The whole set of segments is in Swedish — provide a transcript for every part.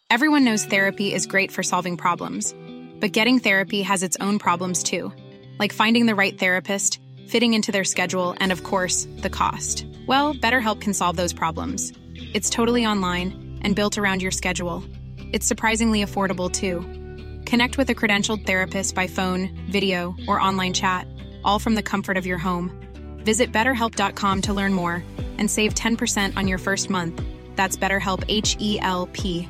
Everyone knows therapy is great for solving problems, but getting therapy has its own problems too, like finding the right therapist, fitting into their schedule, and of course, the cost. Well, BetterHelp can solve those problems. It's totally online and built around your schedule. It's surprisingly affordable too. Connect with a credentialed therapist by phone, video, or online chat, all from the comfort of your home. Visit BetterHelp.com to learn more and save 10% on your first month. That's BetterHelp, H-E-L-P.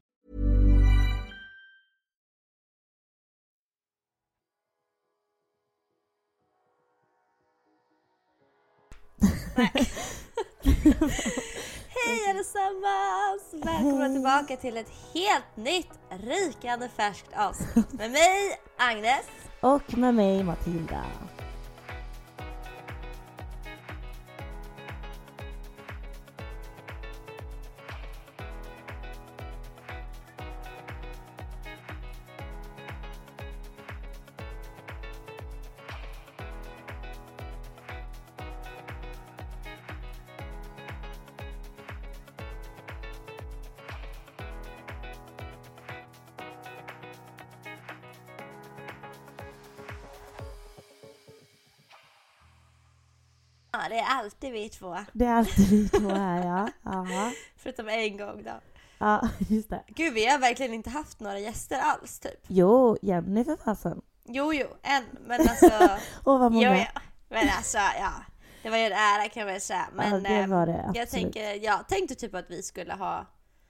Hej allesammans! Välkomna tillbaka till ett helt nytt, rykande färskt avsnitt med mig, Agnes. Och med mig, Matilda. Ja, det är alltid vi två. Det är alltid vi två här, ja. Aha. Förutom en gång då. Ja, just det. Gud, vi har verkligen inte haft några gäster alls, typ. Jo, Jenny för fasen. Jo, en. Men alltså... Åh, vad många. Jo. Men alltså, ja. Det var ju en ära kan man säga. Men ja, det var det, absolut. Jag tänkte typ att vi skulle ha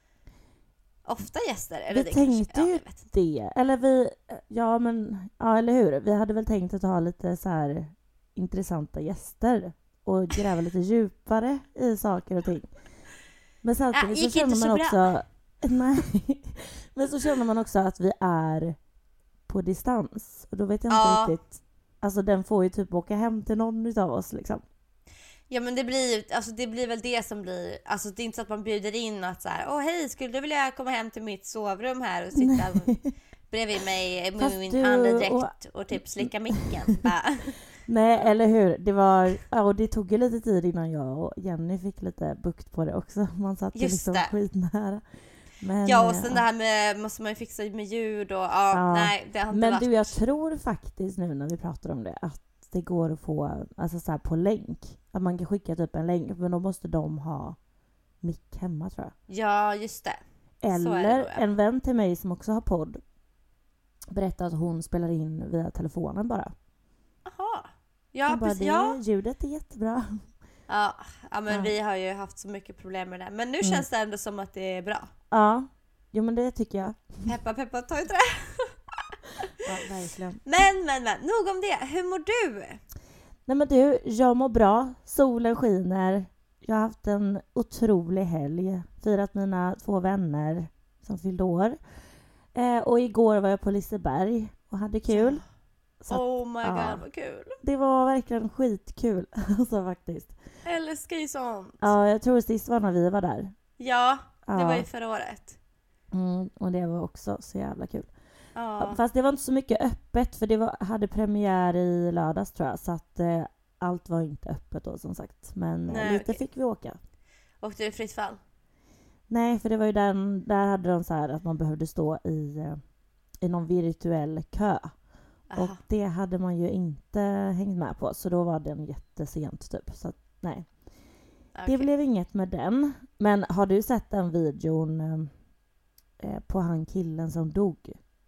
ofta gäster. Eller vi tänkte ju det. Eller vi... Ja, men... Ja, eller hur? Vi hade väl tänkt att ha lite så här intressanta gäster. Och gräva lite djupare i saker och ting. Men samtidigt så känner man också... Nej. Men så känner man också att vi är på distans. Och då vet jag inte riktigt... Alltså den får ju typ åka hem till någon utav oss liksom. Ja, men det blir väl det som blir... Alltså det är inte så att man bjuder in att så här... Åh hej, skulle du vilja komma hem till mitt sovrum här och sitta bredvid mig med min andedräkt och typ slicka micken? Nej, eller hur? Det var... Ja, och det tog ju lite tid innan jag och Jenny fick lite bukt på det också. Man satt ju liksom skitnära. Men, ja, och sen det här med... Måste man ju fixa med ljud och... Ja, nej, det har inte varit... Men du, jag tror faktiskt nu när vi pratar om det att det går att få alltså så här på länk. Att man kan skicka typ en länk, men då måste de ha mick hemma, tror jag. Ja, just det. Eller en vän till mig som också har podd berättar att hon spelar in via telefonen bara. Aha. Ja, bara, precis. Ja. Ljudet är jättebra. Ja, men vi har ju haft så mycket problem med det. Men nu känns det ändå som att det är bra. Ja, jo men det tycker jag. Peppa, ta inte det. Ja, verkligen. Men, nog om det. Hur mår du? Nej men du, jag mår bra. Solen skiner. Jag har haft en otrolig helg. Firat mina 2 vänner som fyllde år. Och igår var jag på Liseberg och hade kul. Så oh my god, vad kul. Det var verkligen skitkul. Alltså faktiskt. Jag älskar ju sånt. Ja, jag tror sist var när vi var där. Ja, det var ju förra året. Och det var också så jävla kul. Ja. Fast det var inte så mycket öppet för det hade premiär i lördags tror jag. Så att allt var inte öppet då som sagt. Men lite fick vi åka. Åkte du fritt fall? Nej, för det var ju där hade de så här att man behövde stå i någon virtuell kö. Aha. Och det hade man ju inte hängt med på. Så då var den jättesent typ. Så att, nej. Okay. Det blev inget med den. Men har du sett den videon på han killen som dog?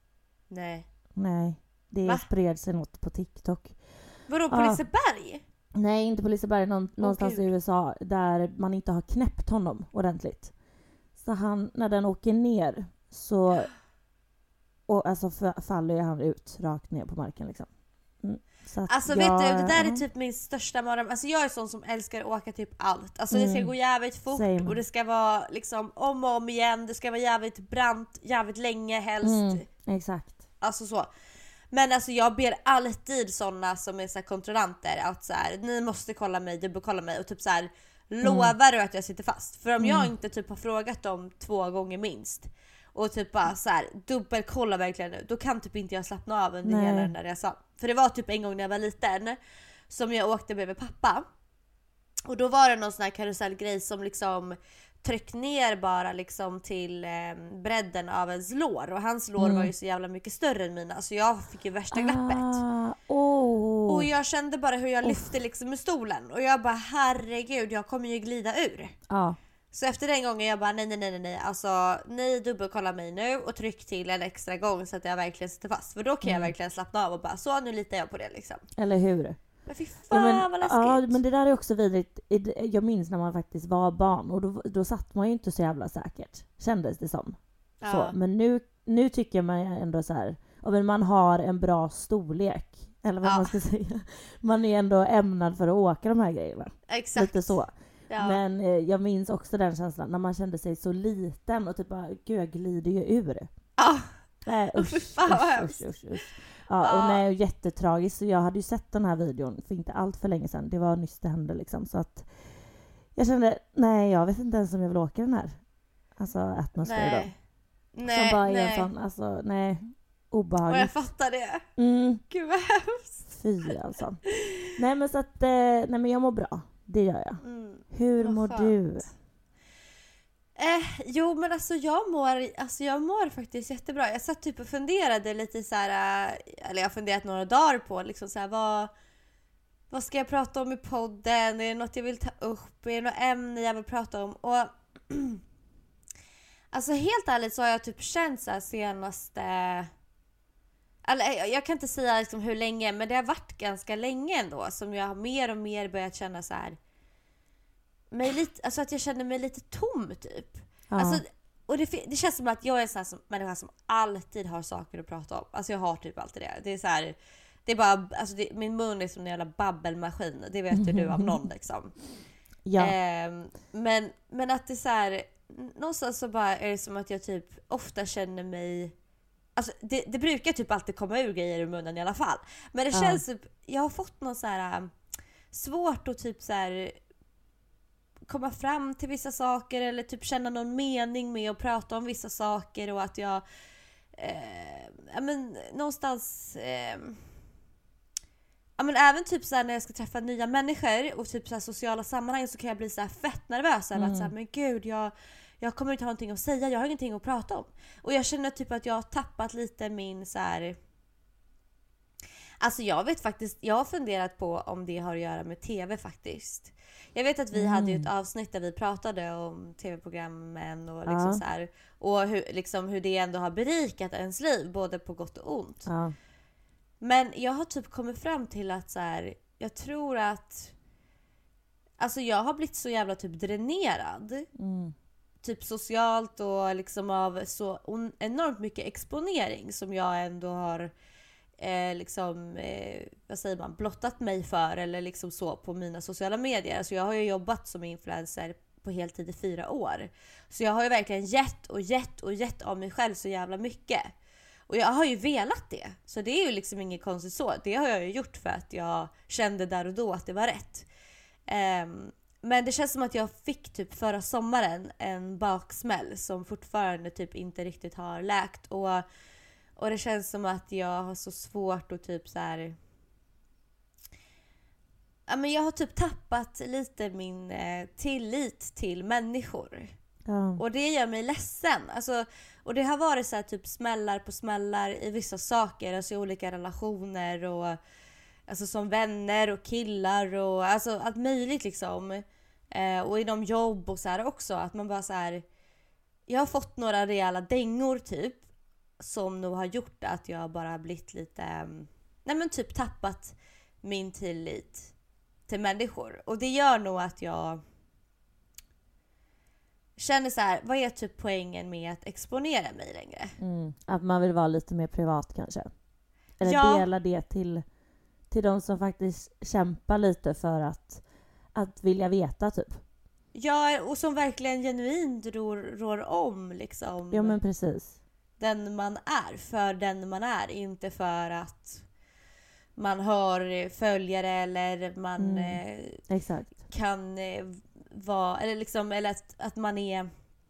Nej. Det spred sig något på TikTok. Vadå, på Liseberg? Nej, inte på Liseberg. Någonstans i USA. Där man inte har knäppt honom ordentligt. Så när den åker ner så... Och alltså faller han ut rakt ner på marken liksom. Så att alltså vet du, det där är typ min största mardröm. Alltså jag är sån som älskar att åka typ allt. Alltså det ska gå jävligt fort. Same. Och det ska vara liksom om och om igen. Det ska vara jävligt brant, jävligt länge helst. Exakt. Alltså så. Men alltså jag ber alltid såna som är så här kontrollanter att så här, ni måste kolla mig, dubbelkolla mig och typ så här lovar du att jag sitter fast? För om jag inte typ har frågat dem 2 gånger minst och typ bara så här dubbelkolla verkligen nu, då kan typ inte jag slappna av under hela den där resan. För det var typ en gång när jag var liten som jag åkte med pappa. Och då var det någon sån här karusellgrej som liksom tryckt ner bara liksom till bredden av ens lår. Och hans lår var ju så jävla mycket större än mina. Så jag fick ju värsta glappet. Och jag kände bara hur jag lyfte liksom ur stolen. Och jag bara, herregud, jag kommer ju glida ur. Så efter den gången jag bara, nej. Alltså, ni dubbelkolla mig nu och tryck till en extra gång så att jag verkligen sitter fast. För då kan jag verkligen slappna av och bara, så nu litar jag på det liksom. Eller hur? Men fy fan vad läskigt. Ja, men det där är också vidrigt. Jag minns när man faktiskt var barn och då satt man ju inte så jävla säkert. Kändes det som. Ja. Så, men nu tycker man ändå så här, men man har en bra storlek. Eller vad man ska säga. Man är ändå ämnad för att åka de här grejerna. Exakt. Lite så. Ja. Men jag minns också den känslan när man kände sig så liten och typ bara, gud jag glider ju ur. Nej, usch. Ja, och nej, jättetragiskt. Så jag hade ju sett den här videon för inte allt för länge sedan. Det var nyss det hände liksom. Så att jag kände, nej jag vet inte ens om jag vill åka den här. Alltså atmosfär då. Nej, som bara är en sån, alltså nej, obehagligt. Och jag fattar det. Gud vad hemskt. Fy alltså. Nej men så att, nej men jag mår bra. Det gör jag. Hur mår du? Jo men alltså jag mår faktiskt jättebra. Jag satt typ och funderade lite så här, eller jag har funderat några dagar på liksom så här, vad ska jag prata om i podden? Är det något jag vill ta upp? Är det något ämne jag vill prata om? Och alltså helt ärligt så har jag typ känt så här senaste, eller jag kan inte säga liksom hur länge, men det har varit ganska länge ändå som jag har mer och mer börjat känna så här alltså att jag känner mig lite tom typ. Alltså, och det känns som att jag är en sån här människa som alltid har saker att prata om. Alltså jag har typ alltid det. Det är så här, det är bara, alltså min mun är som en jävla babbelmaskin. Det vet ju du om någon liksom. Ja. Men att det är så här, någonstans så bara är det som att jag typ ofta känner mig, alltså det brukar typ alltid komma ur grejer ur munnen i alla fall. Men det känns typ, jag har fått någon så här svårt att typ så här komma fram till vissa saker eller typ känna någon mening med att prata om vissa saker, och att jag någonstans men även typ så här, när jag ska träffa nya människor och typ så här sociala sammanhang, så kan jag bli så här fett nervös över att så här, men gud jag kommer inte ha någonting att säga, jag har ingenting att prata om. Och jag känner typ att jag har tappat lite min så här, alltså jag har funderat på om det har att göra med tv faktiskt. Jag vet att vi hade ju ett avsnitt där vi pratade om tv-programmen och liksom så här, och hur det ändå har berikat ens liv både på gott och ont. Men jag har typ kommit fram till att så här, jag tror att alltså jag har blivit så jävla typ dränerad. Typ socialt och liksom av så enormt mycket exponering som jag ändå har vad säger man, blottat mig för, eller liksom så på mina sociala medier. Alltså jag har ju jobbat som influencer på heltid i 4 år. Så jag har ju verkligen gett av mig själv så jävla mycket. Och jag har ju velat det. Så det är ju liksom inget konstigt så. Det har jag ju gjort för att jag kände där och då att det var rätt. Men det känns som att jag fick typ förra sommaren en baksmäll som fortfarande typ inte riktigt har läkt. Och det känns som att jag har så svårt att typ så här, ja men jag har typ tappat lite min tillit till människor. Och det gör mig ledsen. Alltså, och det har varit så här typ smällar på smällar i vissa saker, alltså i olika relationer och alltså som vänner och killar och alltså allt möjligt liksom. Och inom jobb och så här också, att man bara så här, jag har fått några rejäla dängor typ, som nog har gjort att jag bara blivit lite, typ tappat min tillit till människor. Och det gör nog att jag känner så här, vad är typ poängen med att exponera mig längre? Att man vill vara lite mer privat kanske. Eller dela det till de som faktiskt kämpar lite för att vilja veta typ. Ja, och som verkligen genuint rår om liksom. Ja men precis. Den man är, för den man är, inte för att man har följare eller man exakt. Kan vara, eller liksom, eller att man är,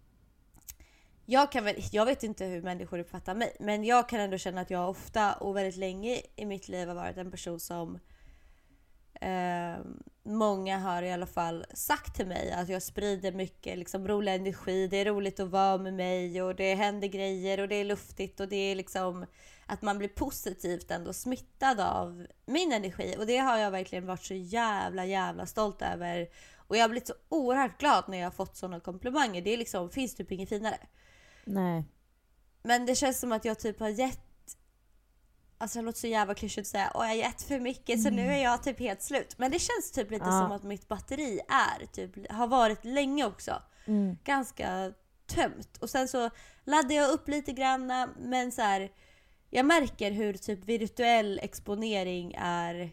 jag vet inte hur människor uppfattar mig, men jag kan ändå känna att jag ofta och väldigt länge i mitt liv har varit en person som många har i alla fall sagt till mig att jag sprider mycket liksom rolig energi. Det är roligt att vara med mig och det händer grejer och det är luftigt och det är liksom att man blir positivt ändå smittad av min energi. Och det har jag verkligen varit så jävla stolt över. Och jag har blivit så oerhört glad när jag har fått sådana komplimanger. Det är liksom, finns typ inget finare. Nej. Men det känns som att jag typ har gett, alltså det låter så jävla klyschigt att säga, jag har gett för mycket så nu är jag typ helt slut. Men det känns typ lite som att mitt batteri har varit länge också. Ganska tömt. Och sen så laddar jag upp lite grann, men så här, jag märker hur typ virtuell exponering är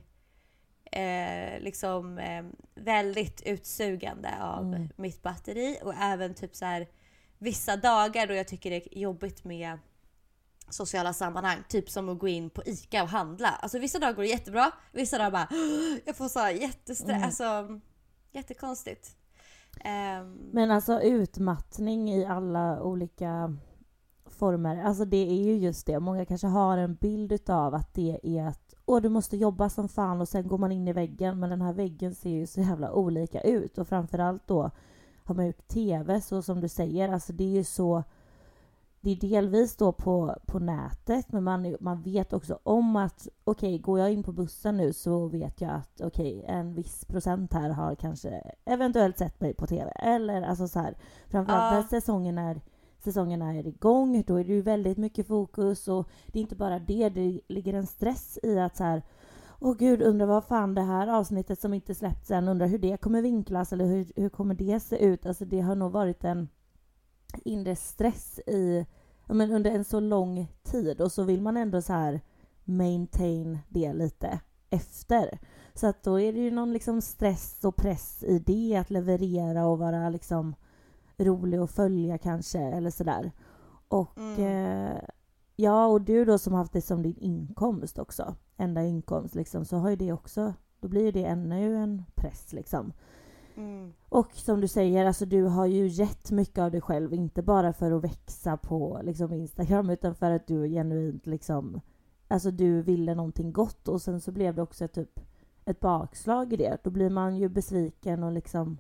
väldigt utsugande av mitt batteri. Och även typ så här vissa dagar då jag tycker det är jobbigt med sociala sammanhang, typ som att gå in på ICA och handla. Alltså vissa dagar går det jättebra, vissa dagar bara jag får så här jättestress, alltså jättekonstigt. Men alltså utmattning i alla olika former, alltså det är ju just det. Många kanske har en bild av att det är att du måste jobba som fan och sen går man in i väggen, men den här väggen ser ju så jävla olika ut. Och framförallt då har man gjort tv, så som du säger, alltså det är ju så, det är delvis då på nätet, men man vet också om att går jag in på bussen nu så vet jag att en viss procent här har kanske eventuellt sett mig på tv. Eller alltså så här, framförallt när säsongen är igång, då är det ju väldigt mycket fokus. Och det är inte bara det ligger en stress i att så här, gud, undrar vad fan det här avsnittet som inte släppts än, undrar hur det kommer vinklas eller hur kommer det se ut. Alltså det har nog varit en inre stress under en så lång tid, och så vill man ändå så här maintain det lite efter. Så att då är det ju någon liksom stress och press i det, att leverera och vara liksom rolig att följa kanske, eller sådär. Och och du då som haft det som din inkomst också, enda inkomst liksom, så har ju det också, då blir ju det ännu en press liksom. Och som du säger, alltså du har ju gett mycket av dig själv, inte bara för att växa på liksom Instagram, utan för att du genuint liksom, alltså du ville någonting gott, och sen så blev det också typ ett bakslag i det. Då blir man ju besviken och liksom,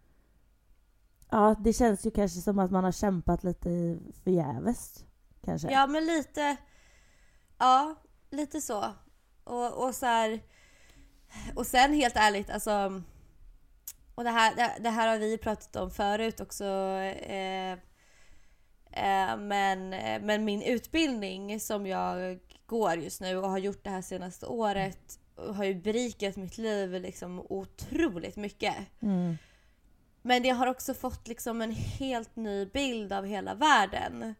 det känns ju kanske som att man har kämpat lite förgäves kanske. Ja, men lite så. Och så här, och sen helt ärligt, alltså, och det här har vi pratat om förut också, men min utbildning som jag går just nu och har gjort det här senaste året har ju berikat mitt liv liksom otroligt mycket. Men det har också fått liksom en helt ny bild av hela världen.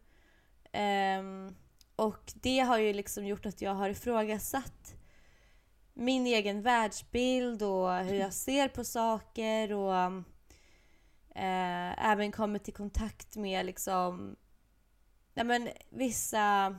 Och det har ju liksom gjort att jag har ifrågasatt min egen världsbild och hur jag ser på saker, och även kommit i kontakt med liksom, vissa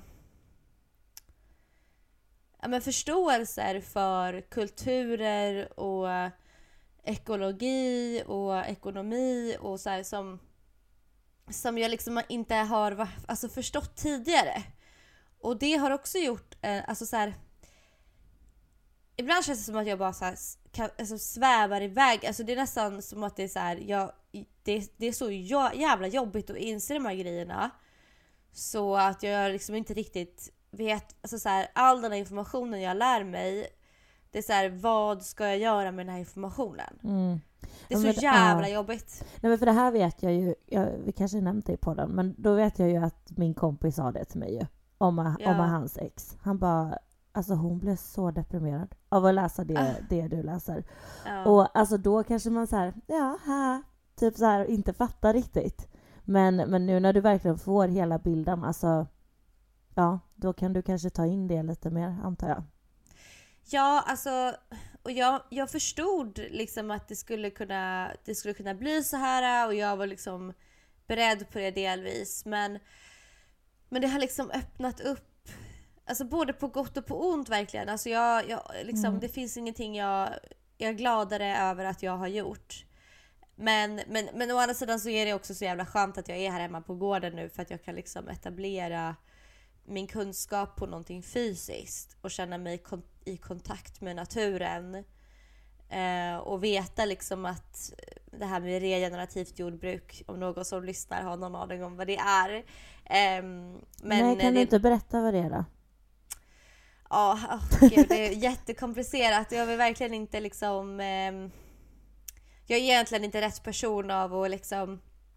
förståelser för kulturer och ekologi och ekonomi och så här, som jag liksom inte har förstått tidigare. Och det har också gjort alltså så här, ibland känns det som att jag bara så här, svävar iväg. Alltså det är nästan som att det är så här, det är så jävla jobbigt att inse de här grejerna, så att jag liksom inte riktigt vet, alltså så här, all den här informationen jag lär mig, det är så här, vad ska jag göra med den här informationen? Det är så jävla jobbigt. Nej, men för det här vet jag ju, vi kanske nämnt det i podden, men då vet jag ju att min kompis sa det till mig ju, om hans ex. Han bara, alltså hon blev så deprimerad av att läsa det du läser. Och alltså då kanske man så här, typ så här, inte fattar riktigt. Men nu när du verkligen får hela bilden, alltså då kan du kanske ta in det lite mer, antar jag. Ja, alltså, och jag förstod liksom att det skulle kunna bli så här, och jag var liksom beredd på det delvis, men det har liksom öppnat upp, alltså både på gott och på ont verkligen. Alltså jag liksom, det finns ingenting jag är gladare över att jag har gjort. Men å andra sidan så är det också så jävla skönt att jag är här hemma på gården nu, för att jag kan liksom etablera min kunskap på någonting fysiskt och känna mig i kontakt med naturen. Och veta liksom att det här med regenerativt jordbruk, om någon som lyssnar har någon aning om vad det är. Nej, kan du inte berätta vad det är då? Ja, gud, det är jättekomplicerat. Jag vill verkligen inte liksom... jag är egentligen inte rätt person av att liksom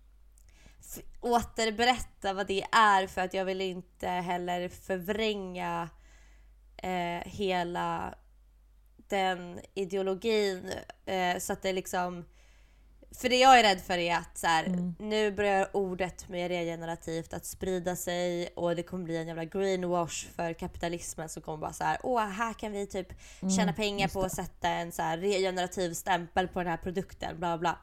återberätta vad det är, för att jag vill inte heller förvränga hela den ideologin, så att det liksom... För det jag är rädd för är att så här, nu börjar ordet med regenerativt att sprida sig, och det kommer bli en jävla greenwash för kapitalismen som kommer bara så här: här kan vi typ tjäna pengar på att sätta en så här regenerativ stämpel på den här produkten, bla bla.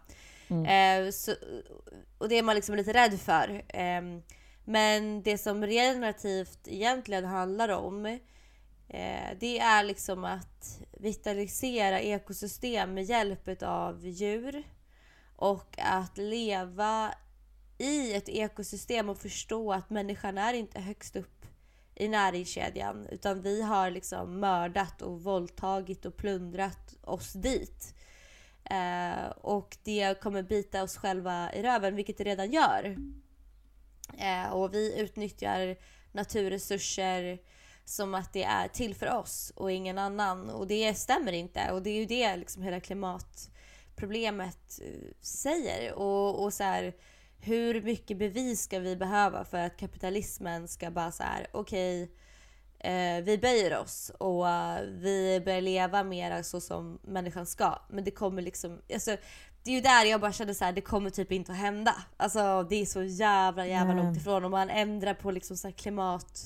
Och det är man liksom lite rädd för. Men det som regenerativt egentligen handlar om, det är liksom att vitalisera ekosystem med hjälp av djur. Och att leva i ett ekosystem och förstå att människan är inte högst upp i näringskedjan, utan vi har liksom mördat och våldtagit och plundrat oss dit. Och det kommer bita oss själva i röven, vilket det redan gör. Och vi utnyttjar naturresurser som att det är till för oss och ingen annan. Och det stämmer inte. Och det är ju det liksom hela klimatproblemet säger. Och så här, hur mycket bevis ska vi behöva för att kapitalismen ska bara så här: okej, vi böjer oss och vi börjar leva mer så som människan ska. Men det kommer liksom, alltså, det är ju där jag bara kände så här: det kommer typ inte att hända. Alltså det är så jävla långt ifrån. Om man ändrar på liksom så här klimat,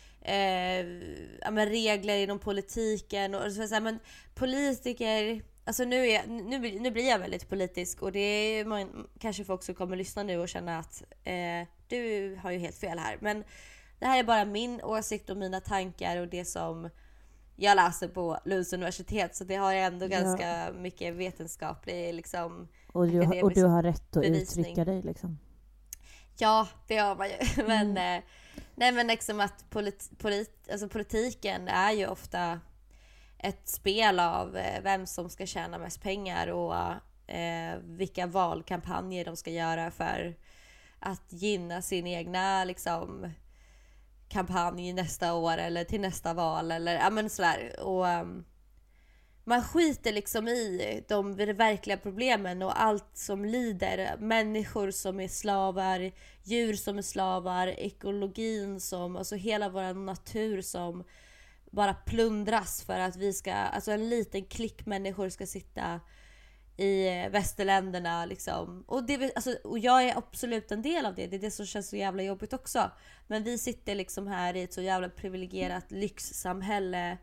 men regler inom politiken och så här, men politiker, alltså nu blir jag väldigt politisk, och det är kanske folk som kommer lyssna nu och känna att du har ju helt fel här, men det här är bara min åsikt och mina tankar och det som jag läser på Lunds universitet, så det har jag ändå ganska mycket vetenskaplig liksom, och du har rätt att bevisning. Uttrycka dig liksom. Ja, det har man ju. Men nej, men liksom att alltså politiken är ju ofta ett spel av vem som ska tjäna mest pengar och vilka valkampanjer de ska göra för att gynna sin egna liksom kampanj nästa år eller till nästa val eller men sådär. Och man skiter liksom i de verkliga problemen och allt som lider. Människor som är slavar, djur som är slavar, ekologin som, alltså hela vår natur som bara plundras för att vi ska, alltså en liten klick människor ska sitta i västerländerna liksom. Och jag är absolut en del av det. Det är det som känns så jävla jobbigt också. Men vi sitter liksom här i ett så jävla privilegierat lyxsamhälle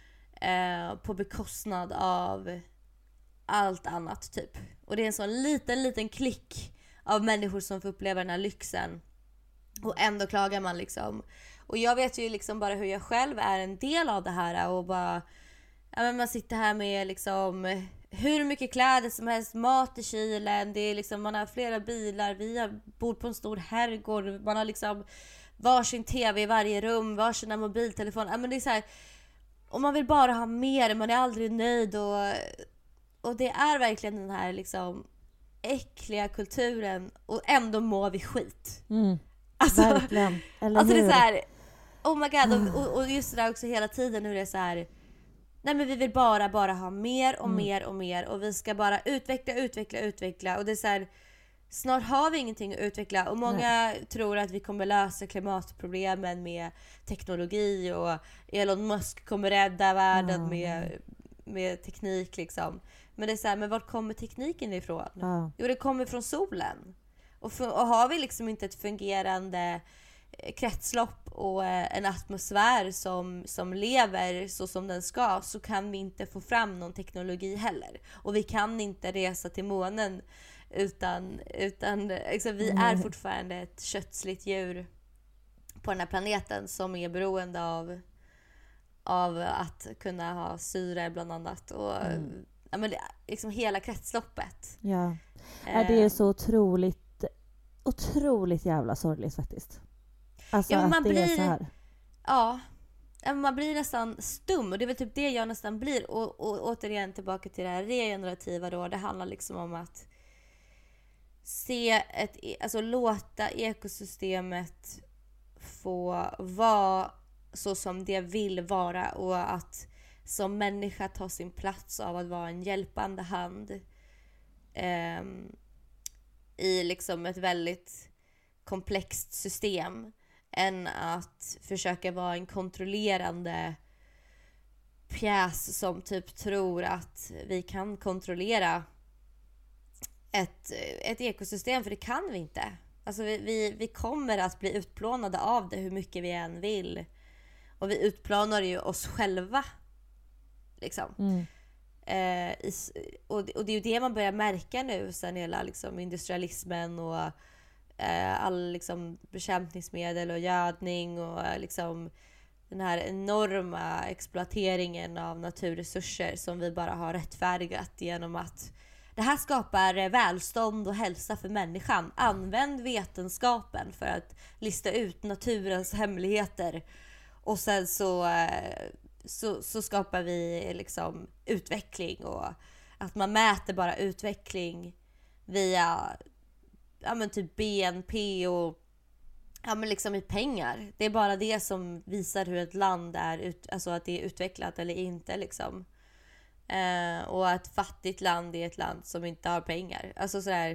på bekostnad av allt annat typ. Och det är en sån liten klick av människor som får uppleva den här lyxen. Och ändå klagar man liksom. Och jag vet ju liksom bara hur jag själv är en del av det här. Och bara, men man sitter här med liksom hur mycket kläder som helst, mat i kylen, det är liksom, man har flera bilar, vi bor på en stor herrgård, man har liksom varsin tv i varje rum, varsina mobiltelefoner. Men det är så här, och man vill bara ha mer, man är aldrig nöjd, och det är verkligen den här liksom äckliga kulturen, och ändå mår vi skit. Alltså, verkligen. Eller alltså hur? det är så här, oh my god, och just det där också hela tiden hur det är så här. Nej, men vi vill bara ha mer och mer och mer, och vi ska bara utveckla, och det är så här, snart har vi ingenting att utveckla, och många tror att vi kommer lösa klimatproblemen med teknologi och Elon Musk kommer rädda världen med teknik liksom. Men det är så här, men var kommer tekniken ifrån? Jo, det kommer från solen. Och har vi liksom inte ett fungerande kretslopp och en atmosfär som lever så som den ska, så kan vi inte få fram någon teknologi heller. Och vi kan inte resa till månen utan liksom, vi är fortfarande ett köttsligt djur på den här planeten som är beroende av att kunna ha syre bland annat, och men liksom hela kretsloppet. Ja. Det är så otroligt jävla sorgligt faktiskt. Alltså ja, men att det är så här. Ja, man blir nästan stum, och det är väl typ det jag nästan blir. Och återigen tillbaka till det här regenerativa då. Det handlar liksom om att alltså låta ekosystemet få vara så som det vill vara, och att som människa ta sin plats av att vara en hjälpande hand i liksom ett väldigt komplext system, än att försöka vara en kontrollerande pjäs som typ tror att vi kan kontrollera ett ekosystem, för det kan vi inte. Alltså vi kommer att bli utplånade av det hur mycket vi än vill. Och vi utplanar ju oss själva. Liksom. Och det är ju det man börjar märka nu sen hela liksom, industrialismen och all liksom, bekämpningsmedel och gödning och liksom, den här enorma exploateringen av naturresurser som vi bara har rättfärdigat genom att det här skapar välstånd och hälsa för människan. Använd vetenskapen för att lista ut naturens hemligheter. Och sen så skapar vi liksom utveckling, och att man mäter bara utveckling via typ BNP och liksom i pengar. Det är bara det som visar hur ett land är alltså att det är utvecklat eller inte liksom. Och att ett fattigt land är ett land som inte har pengar. Alltså sådär.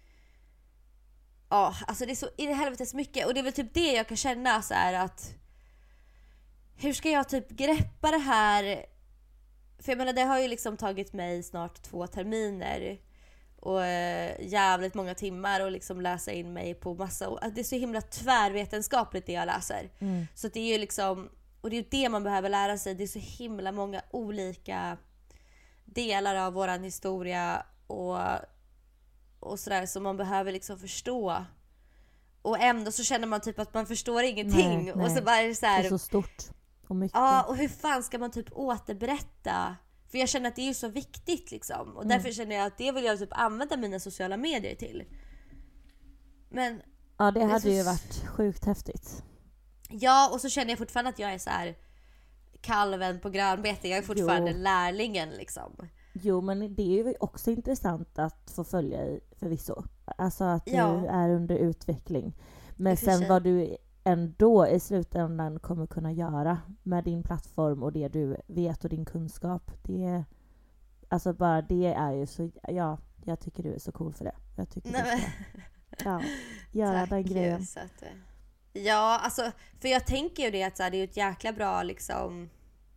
Ja, alltså det är så i det helvetes mycket. Och det är väl typ det jag kan känna så här, att hur ska jag typ greppa det här? För jag menar, det har ju liksom tagit mig snart 2 terminer och jävligt många timmar och liksom läsa in mig på massa. Det är så himla tvärvetenskapligt det jag läser. Så det är ju liksom, och det är ju det man behöver lära sig. Det är så himla många olika delar av våran historia och sådär som man behöver liksom förstå. Och ändå så känner man typ att man förstår ingenting. Nej. Och så bara är det så här, det är så stort och mycket. Ja, och hur fan ska man typ återberätta? För jag känner att det är ju så viktigt liksom. Och därför känner jag att det vill jag typ använda mina sociala medier till. Men ja, det hade ju varit sjukt häftigt. Ja, och så känner jag fortfarande att jag är så här kalven på grönbete. Jag är fortfarande lärlingen liksom. Jo, men det är ju också intressant att få följa i förvisso. Alltså att du är under utveckling. Men sen vad du ändå i slutändan kommer kunna göra med din plattform och det du vet och din kunskap. Det, alltså bara det är ju så, jag tycker du är så cool för det. Jag tycker du ska göra den grejen. Ja, alltså för jag tänker ju det att så här, det är ett jäkla bra liksom,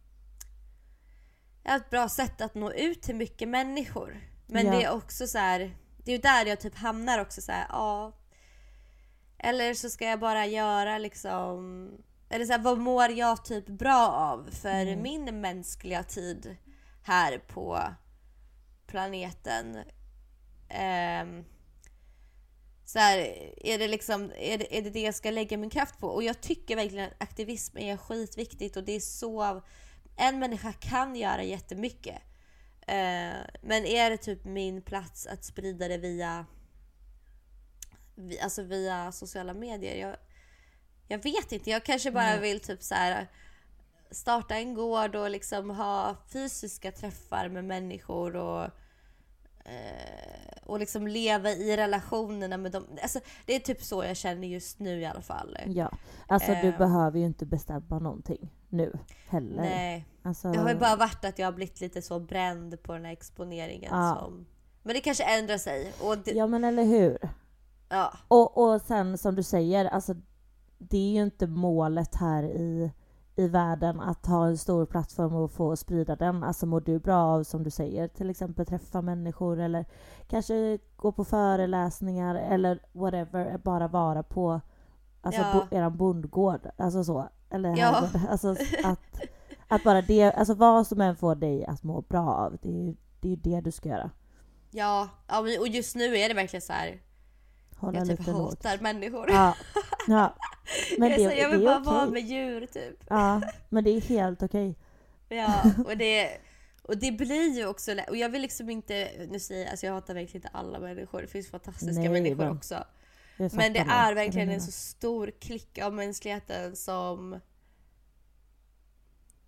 ett bra sätt att nå ut till mycket människor. Men det är också så här, det är ju där jag typ hamnar också så här, eller så ska jag bara göra liksom, eller så här, vad mår jag typ bra av för min mänskliga tid här på planeten. Så här, är det liksom, är det jag ska lägga min kraft på? Och jag tycker verkligen att aktivism är skitviktigt, och det är så, en människa kan göra jättemycket. Men är det typ min plats att sprida det via sociala medier? Jag vet inte, jag kanske bara vill typ så här starta en gård och liksom ha fysiska träffar med människor och liksom leva i relationerna med dem. Alltså, det är typ så jag känner just nu i alla fall. Ja, alltså du behöver ju inte bestämma någonting nu heller. Nej, alltså, det har ju bara varit att jag har blivit lite så bränd på den här exponeringen. Men det kanske ändrar sig. Ja, men eller hur? Ja. Och sen som du säger, alltså det är ju inte målet här i världen att ha en stor plattform och få sprida den. Alltså mår du bra av, som du säger, till exempel träffa människor eller kanske gå på föreläsningar eller whatever, bara vara på eran bondgård, alltså så, eller alltså att bara det, alltså vad som än får dig att må bra av, det är ju det du ska göra. Ja, och just nu är det verkligen så här, hålla jag typ lite hatar lågt. Människor. Ja. Men jag vill bara vara okej. med djur typ. Ja, men det är helt okej. Ja, och det blir ju också, och jag vill liksom inte, nu säger alltså jag hatar verkligen inte alla människor, det finns fantastiska människor också. Men det är verkligen en så stor klick av mänskligheten som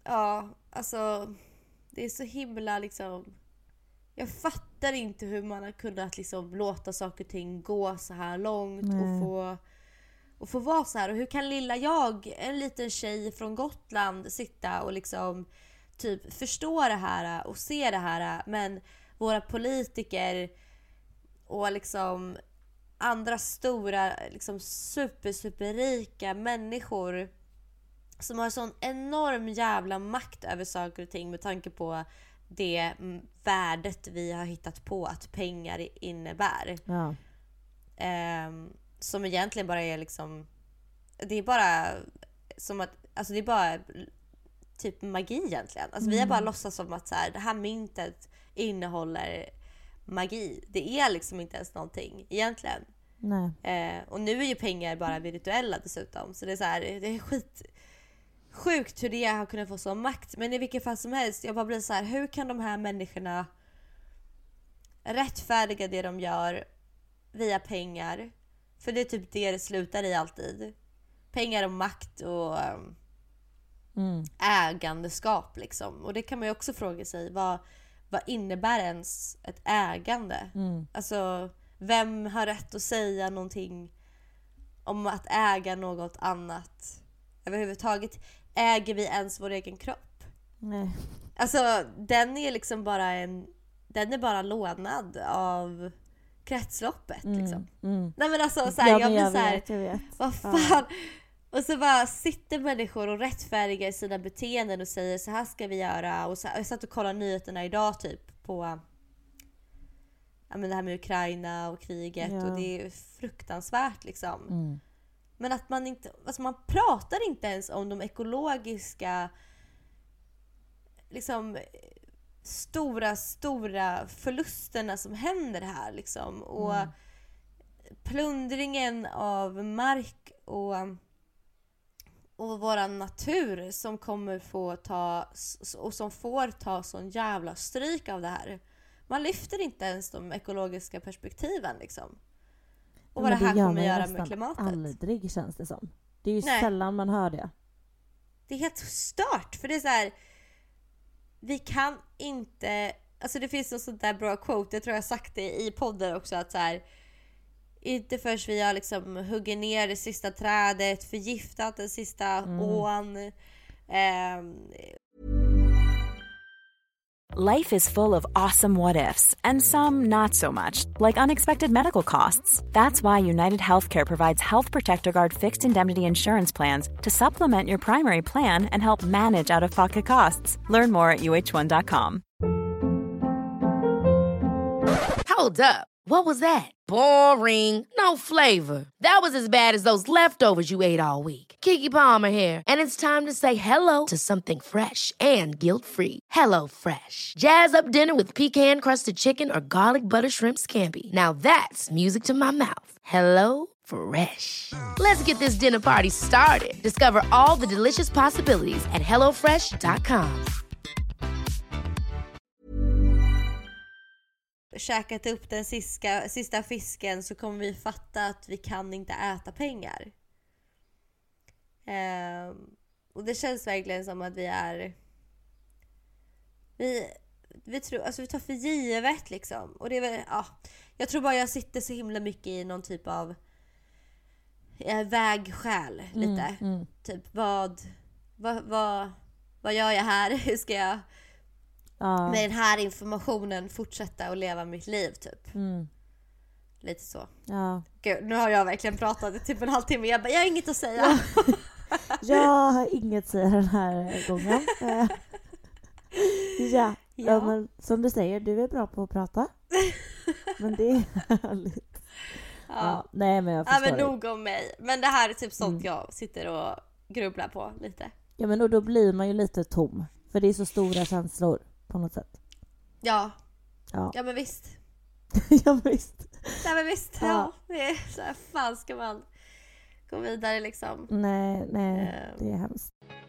ja, alltså det är så himla liksom, jag fattar inte hur man har kunnat liksom låta saker och ting gå så här långt och få vara så här. Och hur kan lilla jag, en liten tjej från Gotland, sitta och liksom typ förstå det här och se det här, men våra politiker och liksom andra stora liksom superrika människor som har sån enorm jävla makt över saker och ting med tanke på det värdet vi har hittat på att pengar innebär. Ja. Som egentligen bara är liksom, det är bara som att, alltså det är bara typ magi egentligen. Alltså vi har bara låtsats som att så här, det här myntet innehåller magi. Det är liksom inte ens någonting egentligen. Nej. Och nu är ju pengar bara virtuella dessutom. Så det är så här, det är sjukt hur det har kunnat få så makt. Men i vilket fall som helst, jag bara blir så här, hur kan de här människorna rättfärdiga det de gör via pengar? För det är typ det slutar i alltid. Pengar och makt och ägandeskap liksom. Och det kan man ju också fråga sig, vad innebär ens ett ägande? Alltså, vem har rätt att säga någonting om att äga något annat? Överhuvudtaget, äger vi ens vår egen kropp? Nej. Alltså, den är liksom bara den är bara lånad av kretsloppet liksom. Nej men alltså så här, Ja, jag blir så här, jag vet. vad fan? Och så bara sitter människor och rättfärdigar sina beteenden och säger så här ska vi göra. Och så här, jag satt och kollade nyheterna idag typ på det här med Ukraina och kriget. Ja. Och det är fruktansvärt liksom. Men att man inte, alltså man pratar inte ens om de ekologiska liksom stora förlusterna som händer här liksom. Och plundringen av mark och våran natur som kommer få ta och som får ta sån jävla stryk av det här. Man lyfter inte ens de ekologiska perspektiven liksom. Och vad det här kommer göra med klimatet. Aldrig känns det som. Det är ju Nej. sällan man hör det. Det är helt stört, för det är så här, vi kan inte, alltså det finns något sånt där bra quote, jag tror jag har sagt det i podden också, att så här, inte först vi har liksom hugger ner det sista trädet, förgiftat den sista ån. Life is full of awesome what ifs, and some not so much, like unexpected medical costs. That's why United Healthcare provides Health Protector Guard fixed indemnity insurance plans to supplement your primary plan and help manage out-of-pocket costs. Learn more at uh1.com. Hold up. What was that? Boring. No flavor. That was as bad as those leftovers you ate all week. Keke Palmer here, and it's time to say hello to something fresh and guilt-free. Hello Fresh. Jazz up dinner with pecan-crusted chicken or garlic butter shrimp scampi. Now that's music to my mouth. Hello Fresh. Let's get this dinner party started. Discover all the delicious possibilities at hellofresh.com. Käkat upp den sista fisken så kommer vi fatta att vi kan inte äta pengar. Och det känns verkligen som att vi tror, alltså vi tar för givet liksom. Och det är väl, jag tror bara jag sitter så himla mycket i någon typ av vägskäl lite. Typ vad gör jag här? Hur ska jag med den här informationen fortsätta att leva mitt liv typ. Lite så. Ja. Gud, nu har jag verkligen pratat i typ en halvtimme. Jag har inget att säga. Jag har inget att säga den här gången. Ja, men som du säger, du är bra på att prata. Men det är härligt. Ja, nej, men jag förstår. Men nog om mig. Men det här är typ sånt jag sitter och grubblar på lite. Ja, men då blir man ju lite tom. För det är så stora känslor på något sätt. Ja men visst. Ja, visst. Ja, men visst. Ja. Det är så här, fan ska man gå vidare liksom. Nej, det är hemskt.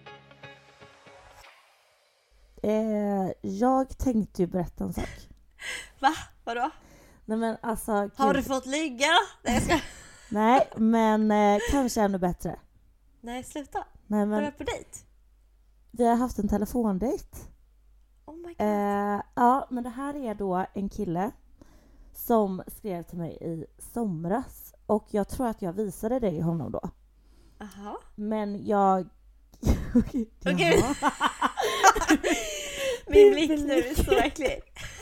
Jag tänkte ju berätta en sak. Va? Vadå? Nej, men alltså, har du fått ligga då? Nej, men kanske ännu bättre. Nej, sluta. Nej, men var du på dejt? Vi har haft en telefondejt. Oh my god. Ja, men det här är då en kille som skrev till mig i somras. Och jag tror att jag visade det i honom då. Aha. Men jag... Okej. Min blick nu är så äcklig.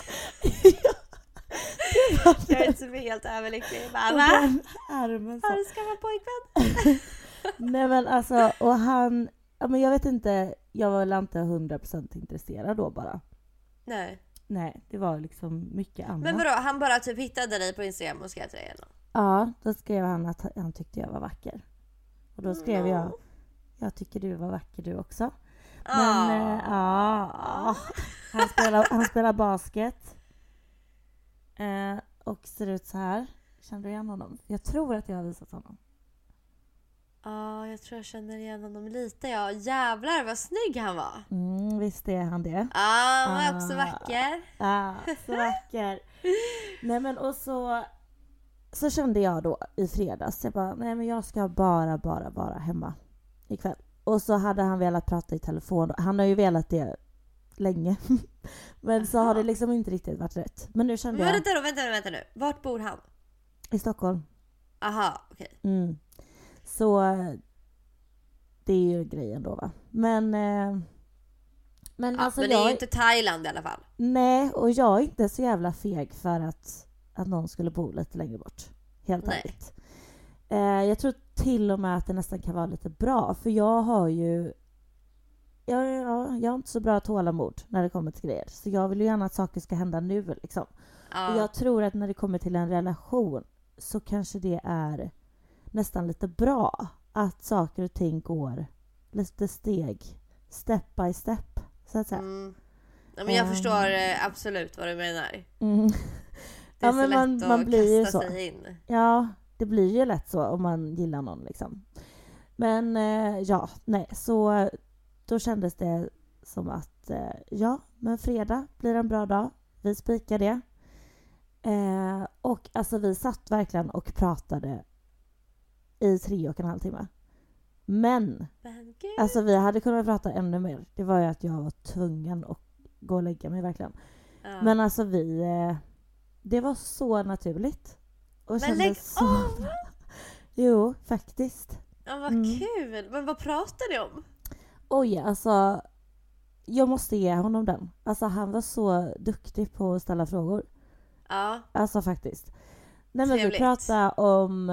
Jag är inte helt överlycklig. Armen så. Har du skaffat pojkvän? Nej men alltså, och han... Ja, men jag vet inte, jag var väl inte 100% intresserad då bara. Nej, det var liksom mycket annat. Men vadå, han bara typ hittade dig på Instagram och skrev till dig igen? Ja, då skrev han att han tyckte jag var vacker. Och då skrev jag tycker du var vacker du också. Men han spelar basket. Och ser ut så här. Känner du igen honom? Jag tror att jag har visat honom. Ja, jag tror jag känner igen honom lite. Ja, jävlar vad snygg han var. Visst är han det. Ja, han var också vacker. Ja, så vacker. Nej men och så kände jag då i fredags. Jag bara, nej men jag ska bara vara hemma ikväll. Och så hade han velat prata i telefon. Han har ju velat det länge. Men så har det liksom inte riktigt varit rätt. Men nu kände jag... Vänta nu. Vart bor han? I Stockholm. Aha, okej. Så det är ju grejen då va. Men alltså men det är ju inte Thailand i alla fall. Nej, och jag är inte så jävla feg för att någon skulle bo lite längre bort. Helt ärligt. Jag tror till och med att det nästan kan vara lite bra. För jag har ju... Jag har inte så bra tålamod när det kommer till grejer. Så jag vill ju gärna att saker ska hända nu liksom. Och jag tror att när det kommer till en relation så kanske det är nästan lite bra att saker och ting går lite step by step så att säga. Ja, men jag förstår absolut vad du menar. Det är ja, så men lätt man att blir kasta ju så. sig in. Ja, det blir ju lätt så om man gillar någon liksom. Men så då kändes det som att men fredag blir en bra dag. Vi spikar det. Och alltså vi satt verkligen och pratade i 3,5 timmar. Men alltså vi hade kunnat prata ännu mer. Det var ju att jag var tvungen att gå och lägga mig verkligen. Men alltså det var så naturligt. Och kändes så bra. Jo, faktiskt. Ja, vad kul. Men vad pratade ni om? Oj, alltså jag måste ge honom den. Alltså han var så duktig på att ställa frågor. Ja. Alltså faktiskt. Nej, men vi pratade om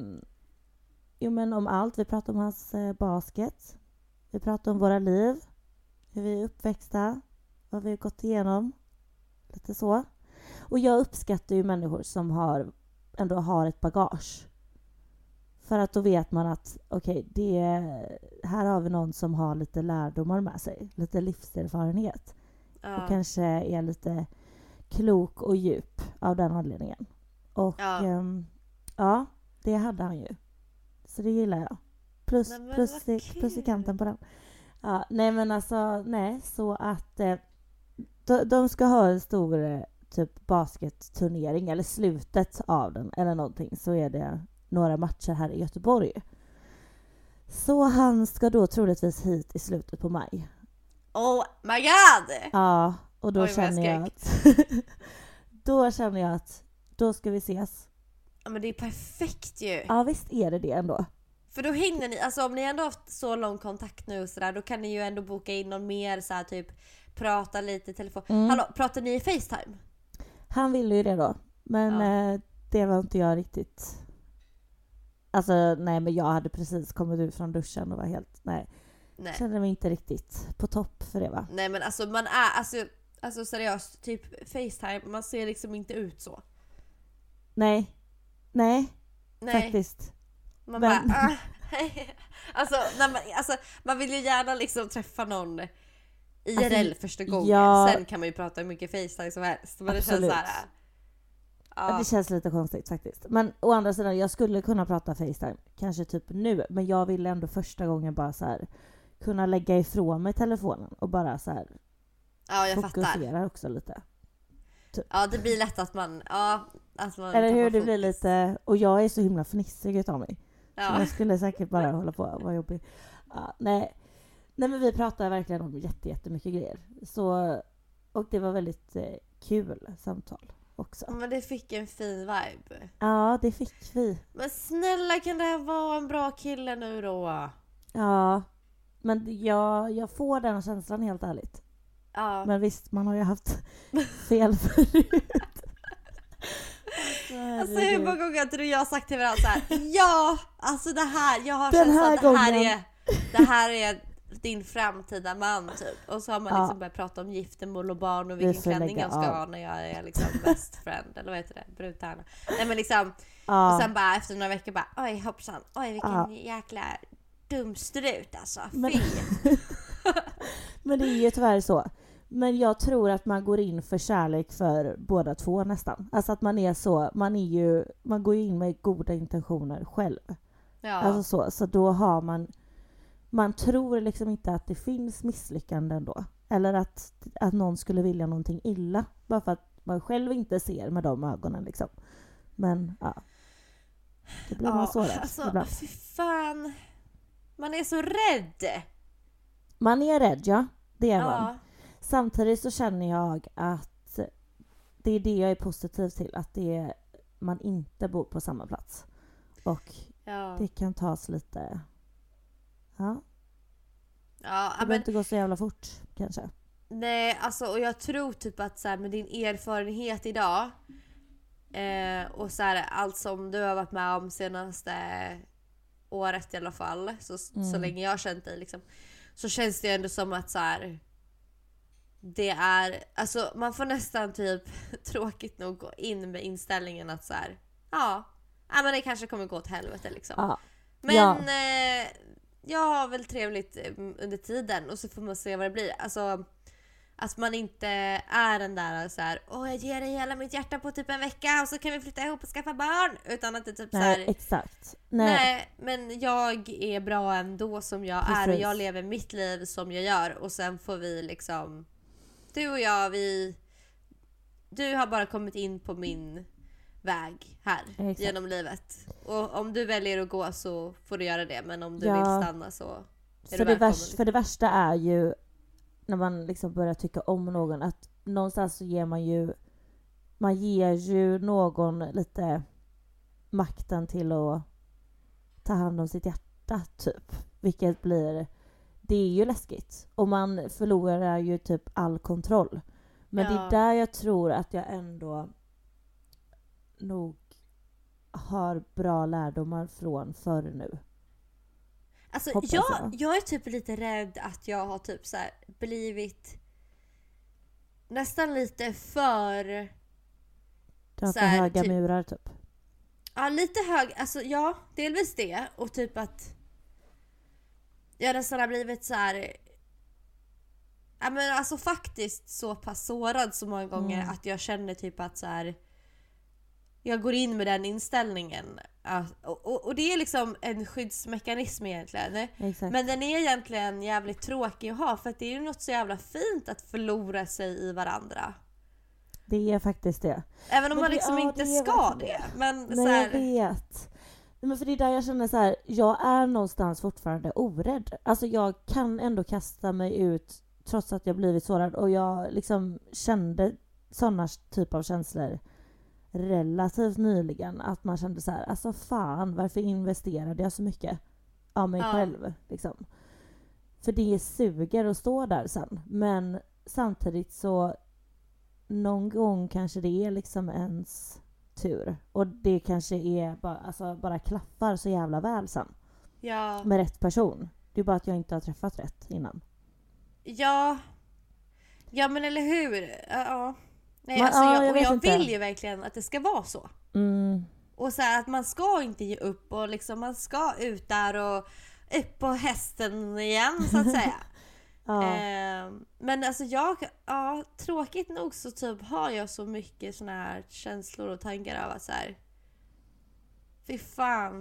om allt. Vi pratade om hans basket. Vi pratade om våra liv. Hur vi är uppväxta. Vad vi har gått igenom. Lite så. Och jag uppskattar ju människor som ändå har ett bagage. För att då vet man att här har vi någon som har lite lärdomar med sig. Lite livserfarenhet. Och kanske är lite klok och djup av den anledningen. Och det hade han ju. Så det gillar jag. Plus i kanten på den. Ja, nej men alltså, så att de ska ha en stor typ basketturnering eller slutet av den eller någonting, så är det några matcher här i Göteborg. Så han ska då troligtvis hit i slutet på maj. Oh my god! Ja, och då känner jag att då ska vi ses. Ja, men det är perfekt ju. Ja, visst är det ändå. För då hinner ni, alltså om ni ändå haft så lång kontakt nu och sådär, då kan ni ju ändå boka in någon mer så här, typ prata lite i telefon. Hallå, pratar ni i FaceTime? Han ville ju det då, men det var inte jag riktigt. Alltså nej, men jag hade precis kommit ut från duschen och var helt kände mig inte riktigt på topp för det va. Nej men alltså man är alltså seriöst typ FaceTime, man ser liksom inte ut så. Nej. Faktiskt. Man bara man vill ju gärna liksom träffa någon IRL första gången. Sen kan man ju prata hur mycket FaceTime som helst. Men absolut. Det känns så här. Ja, det känns lite konstigt faktiskt. Men å andra sidan, jag skulle kunna prata FaceTime kanske typ nu, men jag ville ändå första gången bara så här kunna lägga ifrån mig telefonen och bara så här fokusera också lite. Typ. Ja, det blir lätt att man eller hur, det blir lite, och jag är så himla fnissig utav mig. Ja. Så jag skulle säkert bara hålla på och vara jobbig. Ja, nej Nej, men vi pratade verkligen om jättemycket grejer. Så, och det var väldigt kul samtal också. Men det fick en fin vibe. Ja, det fick vi. Men snälla, kan det här vara en bra kille nu då? Ja, men jag får den känslan helt ärligt. Ja. Men visst, man har ju haft fel förut. Alltså hur många gånger tror jag har sagt till varandra så här: ja, alltså det här, jag har Den känslan här att det här är din framtida man typ. Och så har man liksom börjat prata om giftermål och barn och vilken klänning jag ska ha när jag är liksom best friend, eller vad heter det? Brudtärna. Nej men liksom, och sen bara efter några veckor bara, oj hoppsan, oj vilken jäkla dum strut alltså, fy. Men det är ju tyvärr så. Men jag tror att man går in för kärlek för båda två nästan. Alltså att man är så, man går ju in med goda intentioner själv. Ja. Alltså så då har man tror liksom inte att det finns misslyckanden då. Eller att någon skulle vilja någonting illa. Bara för att man själv inte ser med de ögonen liksom. Men ja. Det blir man så rädd. Alltså fy fan. Man är så rädd. Man är rädd, ja. Det är man. Samtidigt så känner jag att det är det jag är positiv till. Att man inte bor på samma plats. Och det kan tas lite... Ja. Det behöver inte gå så jävla fort, kanske. Nej, alltså och jag tror typ att så här, med din erfarenhet idag och så här, allt som du har varit med om senaste året i alla fall, så länge jag har känt dig liksom, så känns det ändå som att så här, det är, alltså man får nästan typ tråkigt nog gå in med inställningen att så här, men det kanske kommer gå åt helvete liksom. Men jag har väl trevligt under tiden och så får man se vad det blir. Alltså att man inte är den där så här, jag ger dig hela mitt hjärta på typ en vecka och så kan vi flytta ihop och skaffa barn, utan att det typ så här, exakt. Nej, men jag är bra ändå som jag är och jag lever mitt liv som jag gör, och sen får vi liksom, du och jag, du har bara kommit in på min väg här genom livet. Och om du väljer att gå så får du göra det, men om du vill stanna så är du välkommen. För det värsta är ju när man liksom börjar tycka om någon, att någonstans så ger man ger ju någon lite makten till att ta hand om sitt hjärta typ, vilket det är ju läskigt och man förlorar ju typ all kontroll. Men det är där jag tror att jag ändå nog har bra lärdomar från förr nu. Alltså jag är typ lite rädd att jag har typ så här blivit nästan lite för... Du har för höga murar typ. Ja, lite hög. Alltså delvis det. Och typ att jag nästan har blivit så här... Ja, men alltså faktiskt så pass sårad så många gånger att jag känner typ att så här, jag går in med den inställningen. Och det är liksom en skyddsmekanism egentligen. Exakt. Men den är egentligen jävligt tråkig att ha, för att det är ju något så jävla fint att förlora sig i varandra. Det är faktiskt det. Även om man liksom inte ska det. Men nej, så här... jag vet. Men för det är där jag känner så här, jag är någonstans fortfarande orädd. Alltså jag kan ändå kasta mig ut trots att jag blivit sårad. Och jag liksom kände sådana typ av känslor relativt nyligen, att man kände så här, alltså fan, varför investerade jag så mycket av mig själv liksom? För det suger att stå där sen, men samtidigt så någon gång kanske det är liksom ens tur, och det kanske är bara klaffar så jävla väl sen med rätt person. Det är bara att jag inte har träffat rätt innan. Ja men eller hur? Nej, alltså jag vill ju verkligen att det ska vara så. Och så här, att man ska inte ge upp och liksom man ska ut där och upp på hästen igen så att säga. Men alltså tråkigt nog så typ har jag så mycket såna här känslor och tankar av att så här, fy fan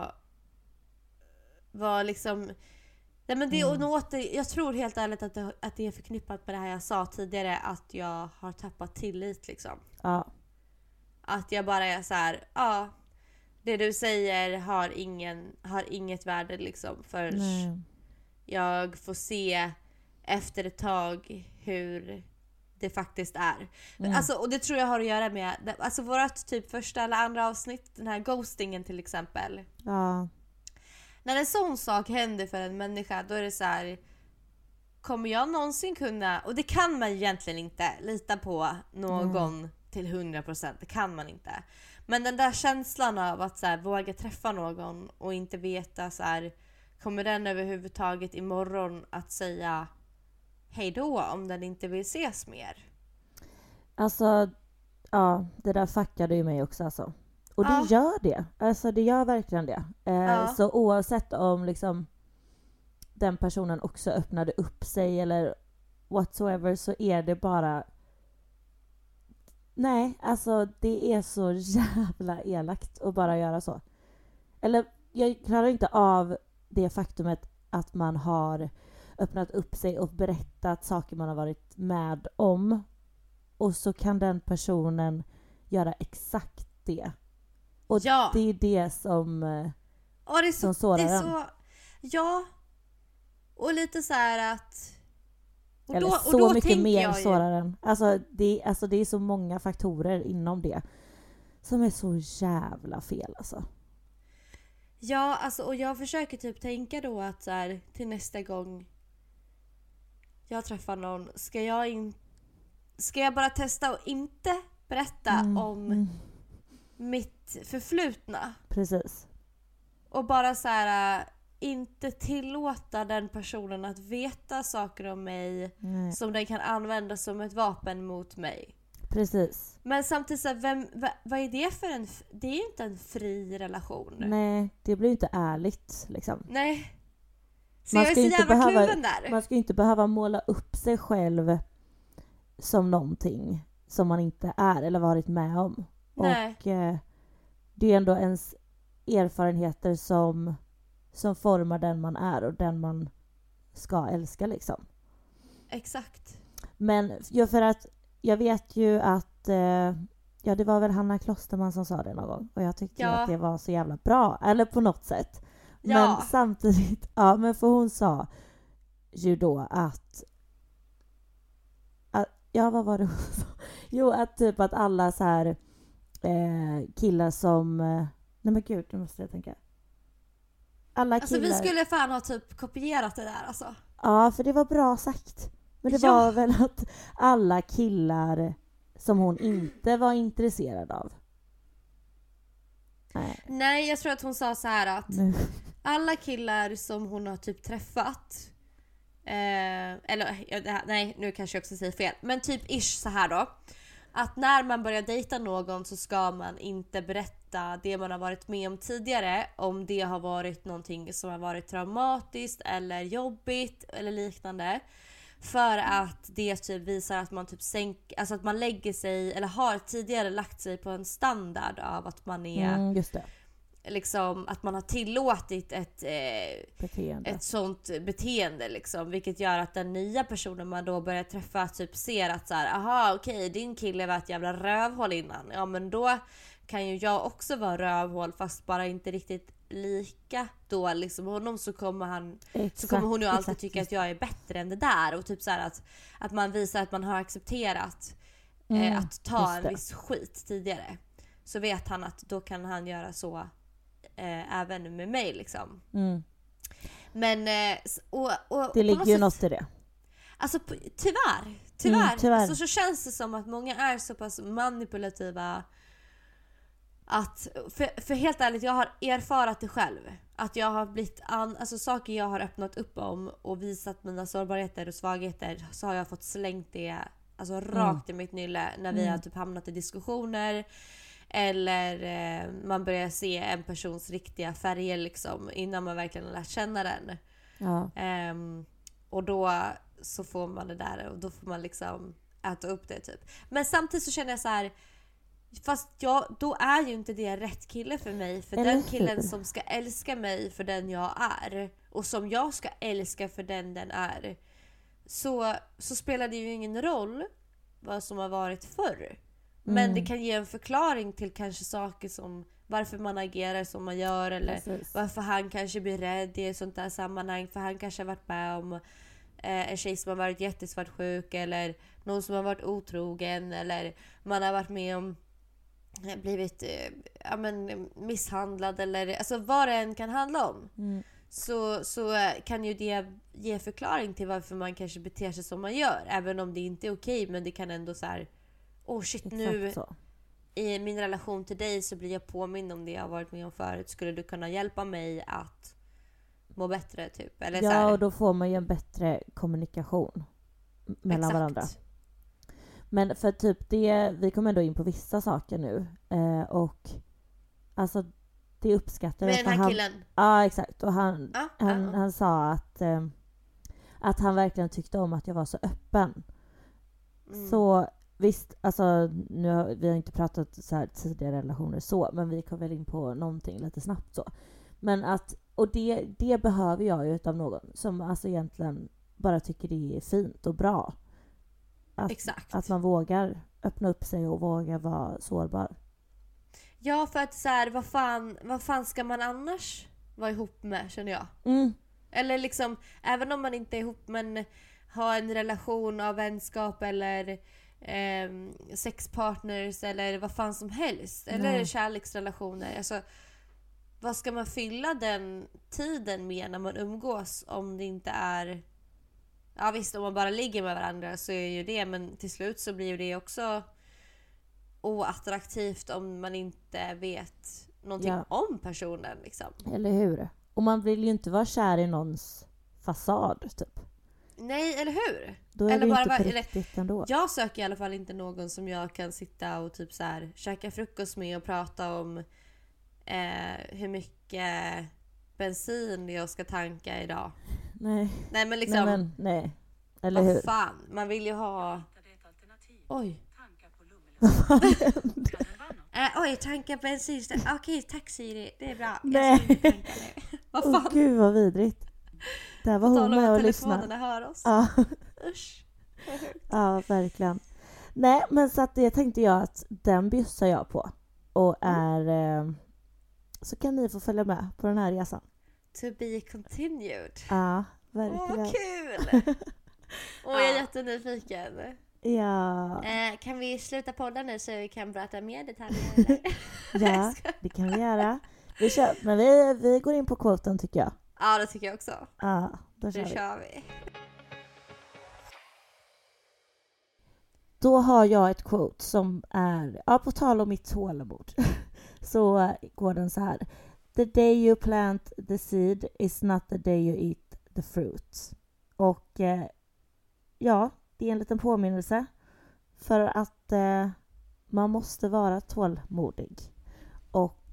vad liksom. Nej, men det är jag tror helt ärligt att det är förknippat med det här jag sa tidigare, att jag har tappat tillit liksom. Att jag bara är så här, det du säger har inget värde liksom, förrän jag får se efter ett tag hur det faktiskt är. Alltså, och det tror jag har att göra med alltså vårat typ första eller andra avsnitt, den här ghostingen till exempel. Ja. När en sån sak händer för en människa, då är det så här: kommer jag någonsin kunna, och det kan man egentligen inte lita på någon till 100%, det kan man inte. Men den där känslan av att så här, våga träffa någon och inte veta så här, kommer den överhuvudtaget imorgon att säga hej då om den inte vill ses mer. Alltså, ja, det där fuckade ju mig också alltså. Och det gör det. Alltså det gör verkligen det. Så oavsett om liksom den personen också öppnade upp sig eller whatsoever, så är det bara... Nej, alltså det är så jävla elakt att bara göra så. Eller jag klarar inte av det faktumet att man har öppnat upp sig och berättat saker man har varit med om. Och så kan den personen göra exakt det. Och det är det som, som sårar det är den. så, ja. Och lite så här att... Och eller då, så och då mycket mer jag ju, sårar den. Alltså det är så många faktorer inom det som är så jävla fel alltså. Ja, alltså, och jag försöker typ tänka då att så här, till nästa gång jag träffar någon, ska jag bara testa och inte berätta om mitt förflutna. Precis. Och bara så här, inte tillåta den personen att veta saker om mig som den kan använda som ett vapen mot mig. Precis. Men samtidigt så här, vad är det för en... Det är ju inte en fri relation. Nej, det blir inte ärligt liksom. Nej. Så Man jag är ska så inte jävla kluven där. Man ska ju inte behöva måla upp sig själv som någonting som man inte är eller varit med om. Nej. Och det är ändå ens erfarenheter som formar den man är och den man ska älska liksom. Exakt. Men för att jag vet ju att det var väl Hanna Klosterman som sa det någon gång. Och jag tyckte att det var så jävla bra. Eller på något sätt. Men samtidigt, men för hon sa ju då att vad var det hon sa? Jo, att typ att alla så här killar som... nej men gud, nu måste jag tänka. Alla killar... Alltså vi skulle fan ha typ kopierat det där alltså. Ja, för det var bra sagt. Men det var väl att alla killar som hon inte var intresserad av. Nej, jag tror att hon sa så här att alla killar som hon har typ träffat nej, nu kanske jag också säger fel, men typ ish så här då, att när man börjar dejta någon så ska man inte berätta det man har varit med om tidigare, om det har varit någonting som har varit traumatiskt eller jobbigt eller liknande. För att det typ visar att man typ alltså att man lägger sig eller har tidigare lagt sig på en standard av att man är just det. Liksom att man har tillåtit ett sånt beteende liksom, vilket gör att den nya personen man då börjar träffa typ ser att så här, aha okej, din kille var ett jävla rövhål innan. Ja men då kan ju jag också vara rövhål, fast bara inte riktigt lika då liksom honom, så kommer hon ju alltid tycka att jag är bättre än det där, och typ så här att man visar att man har accepterat att ta en viss skit tidigare, så vet han att då kan han göra så även med mig liksom. Men och det ligger ju något i det. Alltså tyvärr. Så känns det som att många är så pass manipulativa att för helt ärligt, jag har erfarat det själv, att jag har blivit alltså saker jag har öppnat upp om och visat mina sårbarheter och svagheter, så har jag fått slängt det alltså rakt i mitt nylle när vi har typ hamnat i diskussioner, eller man börjar se en persons riktiga färger liksom, innan man verkligen har lärt känna den. Och då så får man det där, och då får man liksom äta upp det typ. Men samtidigt så känner jag så här, fast då är ju inte det rätt kille för mig, för den killen som ska älska mig för den jag är, och som jag ska älska för den är, så spelar det ju ingen roll vad som har varit förr. Men det kan ge en förklaring till kanske saker som varför man agerar som man gör, eller varför han kanske blir rädd i ett sånt där sammanhang, för han kanske har varit med om en tjej som har varit jättesvartsjuk, eller någon som har varit otrogen, eller man har varit med om blivit misshandlad, eller alltså vad det än kan handla om. Så kan ju det ge förklaring till varför man kanske beter sig som man gör, även om det inte är okej, men det kan ändå så här: nu så. I min relation till dig så blir jag påmind om det jag har varit med om förut. Skulle du kunna hjälpa mig att må bättre typ? Eller ja, så här. Och då får man ju en bättre kommunikation mellan varandra. Men för typ det, vi kommer ändå in på vissa saker nu. Och alltså det uppskattar jag. Med den här killen? Ja, exakt. Och han sa att han verkligen tyckte om att jag var så öppen. Så visst, alltså vi har inte pratat så här tidigare relationer så, men vi kom väl in på någonting lite snabbt så. Men att, och det behöver jag ju utav någon som alltså egentligen bara tycker det är fint och bra. Exakt. Att man vågar öppna upp sig och vågar vara sårbar. Ja, för att så här, vad fan ska man annars vara ihop med, känner jag. Eller liksom, även om man inte är ihop men har en relation av vänskap eller sexpartners eller vad fan som helst. Eller kärleksrelationer. Alltså, vad ska man fylla den tiden med när man umgås om det inte är... Ja visst, om man bara ligger med varandra så är ju det, men till slut så blir ju det också oattraktivt om man inte vet någonting om personen liksom. Eller hur? Och man vill ju inte vara kär i någons fasad typ. Nej, eller hur? Då är eller det bara, inte på riktigt ändå. Jag söker i alla fall inte någon som jag kan sitta och typ så här käka frukost med och prata om hur mycket bensin jag ska tanka idag. Nej men liksom nej. Eller hur? Fan, man vill ju ha... Oj. Oj, tanka bensin. Okej, tack Siri. Det är bra. Nej. Vad fan? Gud vad vidrigt. Där var hon med och lyssnade. Telefonerna hör oss. Ja. Usch. Ja, verkligen. Nej, men så att det tänkte jag att den bjussar jag på. Och är... så kan ni få följa med på den här resan. To be continued. Ja, verkligen. Åh, kul! Jag är jättenyfiken. Ja. Kan vi sluta podda nu så vi kan prata mer detaljer? Ja, det kan vi göra. Men vi går in på quoten tycker jag. Ja, det tycker jag också. Ja, då kör vi. Då har jag ett quote som är, på tal om mitt tålamod. Så går den så här. The day you plant the seed is not the day you eat the fruit. Och det är en liten påminnelse. För att man måste vara tålmodig. Och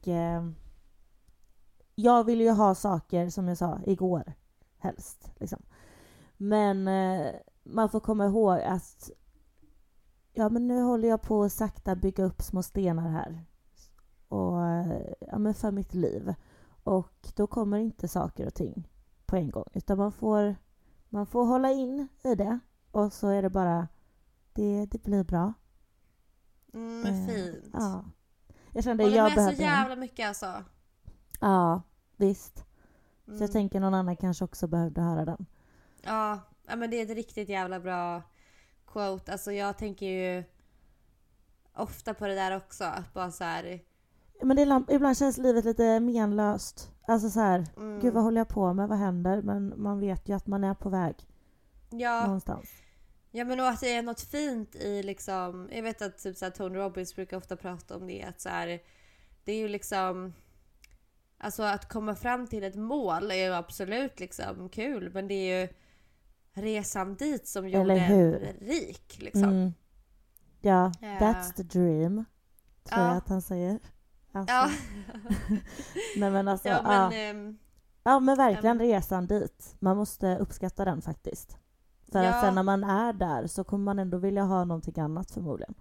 jag vill ju ha saker som jag sa igår helst. Liksom. Men man får komma ihåg att men nu håller jag på att sakta bygga upp små stenar här. Och men för mitt liv. Och då kommer inte saker och ting på en gång. Utan man får hålla in i det. Och så är det bara det blir bra. Fint. Ja. Jag kände håller jag med så jävla mycket alltså. Ja, visst. Så jag tänker någon annan kanske också behövde höra den. Ja, men det är ett riktigt jävla bra quote. Alltså jag tänker ju ofta på det där också. Att bara så här... Men ibland känns livet lite menlöst. Alltså så här, gud vad håller jag på med? Vad händer? Men man vet ju att man är på väg. Ja. Någonstans. Ja, men att det är något fint i liksom... Jag vet att typ så här, Tony Robbins brukar ofta prata om det. Att så här, det är ju liksom... Alltså att komma fram till ett mål är ju absolut liksom kul. Men det är ju resan dit som gjorde en rik. Liksom. Ja, that's the dream. Tror jag att han säger. Alltså. Ja. Nej, men alltså, men verkligen resan dit. Man måste uppskatta den faktiskt. För att sen när man är där så kommer man ändå vilja ha någonting annat förmodligen.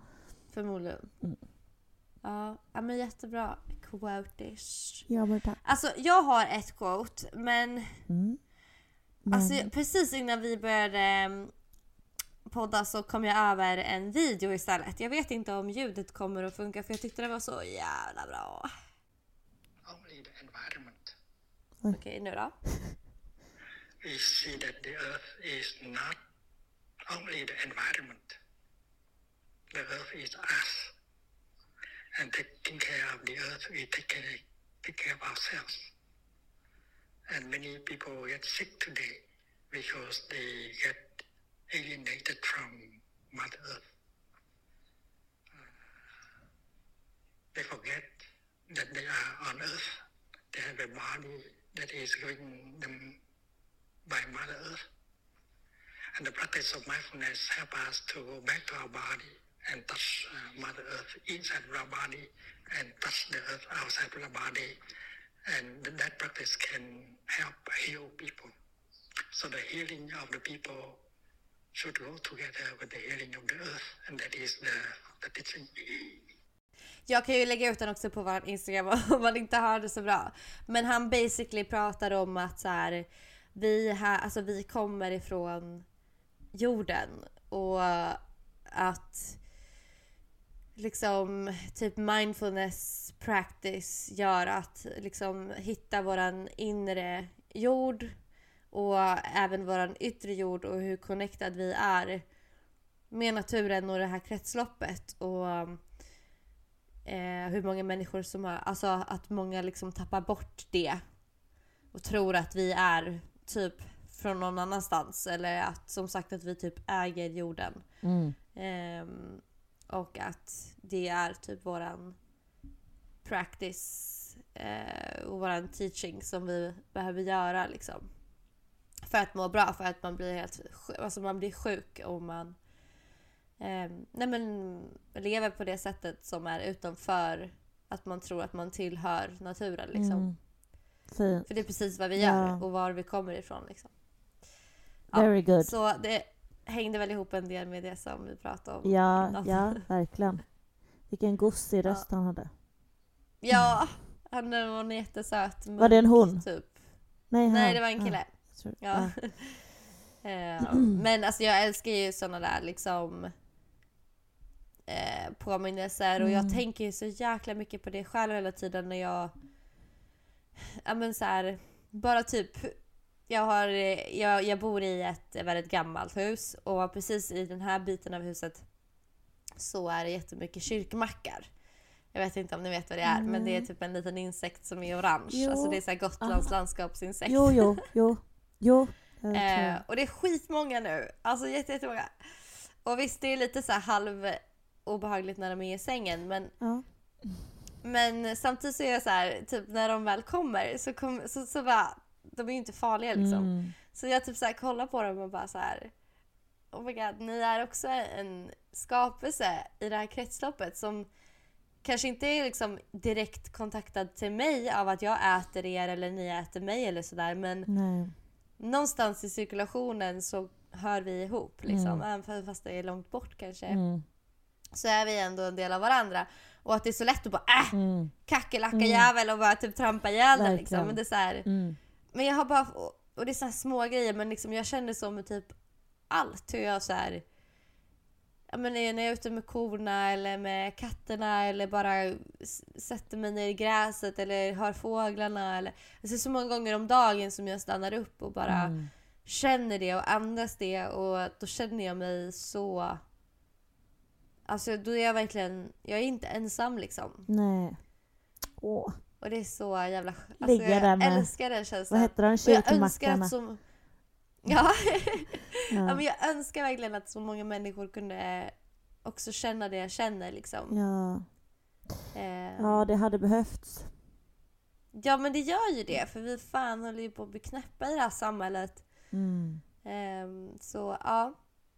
Ja, men jättebra quote-ish. Ja, men tack. Alltså jag har ett quote, men... Alltså precis innan vi började podda så kom jag över en video istället. Jag vet inte om ljudet kommer att funka för jag tyckte det var så jävla bra. Only the environment. Okej, nu då? We see that the earth is not only the environment. The earth is us. And taking care of the earth, we take care of ourselves. And many people get sick today because they get alienated from Mother Earth. They forget that they are on Earth. They have a body that is given them by Mother Earth. And the practice of mindfulness help us to go back to our body and touch Mother Earth inside of our body and touch the earth outside of our body. And that practice can help heal people. So the healing of the people should go together with the healing of the earth. And that is the teaching. Jag kan ju lägga ut den också på vår Instagram om man inte hör det så bra. Men han basically pratar om att så här, vi kommer ifrån jorden och att liksom typ mindfulness practice gör att liksom hitta våran inre jord och även våran yttre jord och hur connectad vi är med naturen och det här kretsloppet och hur många människor som har, alltså att många liksom tappar bort det och tror att vi är typ från någon annanstans eller att som sagt att vi typ äger jorden. Och att det är typ våran practice och våran teaching som vi behöver göra liksom. För att må bra, för att man blir man blir sjuk om man lever på det sättet som är utanför att man tror att man tillhör naturen liksom. För det är precis vad vi gör och var vi kommer ifrån liksom. Very good. Så det hängde väl ihop en del med det som vi pratade om. Ja, verkligen. Vilken gossig röst han hade. Ja, han var jättesöt. Var det en hon? Typ. Nej, det var en kille. Ja. Men alltså jag älskar ju såna där liksom påminnelser och jag tänker ju så jäkla mycket på det själv hela tiden när jag så här, bara typ jag bor i ett väldigt gammalt hus och precis i den här biten av huset så är det jättemycket kyrkmackar. Jag vet inte om ni vet vad det är, men det är typ en liten insekt som är orange. Jo. Alltså det är så här Gotlands landskapsinsekt. Jo. Och det är skitmånga nu. Alltså jättemånga. Och visst, det är lite så här halv obehagligt när de är i sängen, men samtidigt så är det så här, typ när de väl kommer så bara, de är ju inte farliga liksom. Så jag typ så här kollar på dem och bara så här, oh my god, ni är också en skapelse i det här kretsloppet som kanske inte är liksom direkt kontaktad till mig av att jag äter er eller ni äter mig eller sådär, men någonstans i cirkulationen så hör vi ihop liksom, även fast det är långt bort kanske. Så är vi ändå en del av varandra. Och att det är så lätt att bara kackerlacka jävel och bara typ trampa ihjäl den liksom. Men det är så här, men jag har bara, och det är så här små grejer, men liksom jag känner så med typ allt, hur jag så här, när jag är ute med korna eller med katterna eller bara sätter mig ner i gräset eller hör fåglarna eller, det är så många gånger om dagen som jag stannar upp och bara känner det och andas det, och då känner jag mig så, alltså då är jag verkligen, jag är inte ensam liksom. Nej. Och det är så jävla, alltså jag älskar den känslan. Vad heter den? Kyrkmackarna. Ja. Men jag önskar verkligen att så många människor kunde också känna det jag känner liksom. Ja, det hade behövts. Ja, men det gör ju det, för vi fan håller ju på att bli knäppa i det här samhället. Så ja.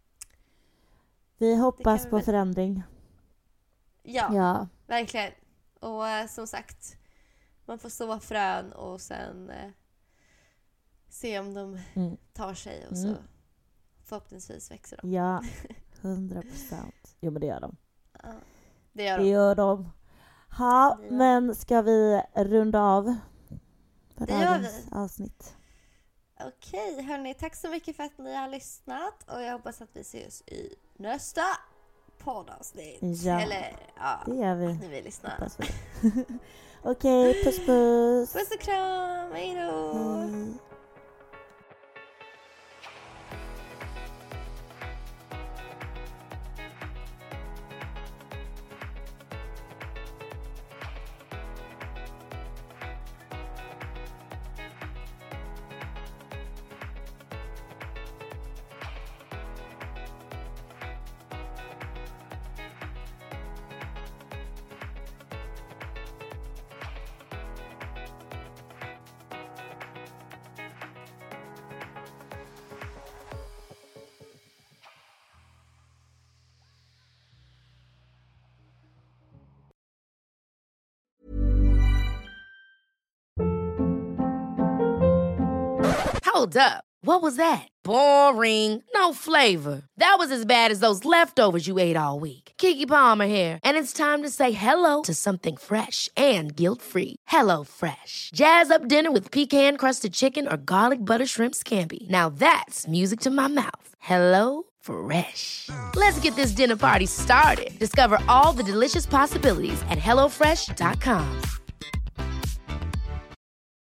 Vi hoppas på förändring. Ja, verkligen. Och som sagt, man får så frön och sen se om de tar sig och så förhoppningsvis växer de. Ja, 100%. Jo, men det gör de. Ja, det gör de. Ja, men ska vi runda av för dagens avsnitt? Okej, hörni, tack så mycket för att ni har lyssnat. Och jag hoppas att vi ses i nästa poddavsnitt. Ja, eller ja, det gör vi. När vi lyssnar. Okej, puss puss. Puss och kram, hejdå. Hej. Hold up. What was that? Boring. No flavor. That was as bad as those leftovers you ate all week. Keke Palmer here, and it's time to say hello to something fresh and guilt-free. Hello Fresh. Jazz up dinner with pecan-crusted chicken or garlic butter shrimp scampi. Now that's music to my mouth. Hello Fresh. Let's get this dinner party started. Discover all the delicious possibilities at hellofresh.com.